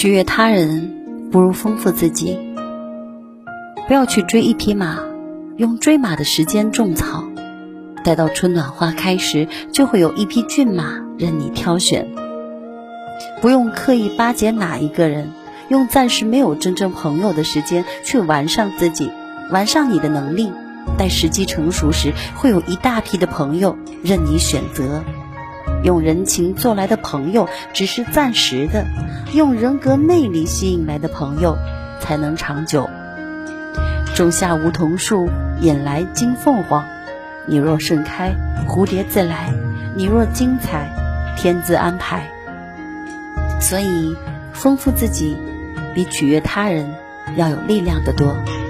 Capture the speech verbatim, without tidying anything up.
取悦他人不如丰富自己。不要去追一匹马，用追马的时间种草，待到春暖花开时，就会有一匹骏马任你挑选。不用刻意巴结哪一个人，用暂时没有真正朋友的时间去完善自己，完善你的能力，待时机成熟时，会有一大批的朋友任你选择。用人情做来的朋友只是暂时的，用人格魅力吸引来的朋友才能长久。种下梧桐树，引来金凤凰。你若盛开，蝴蝶自来；你若精彩，天自安排。所以丰富自己比取悦他人要有力量得多。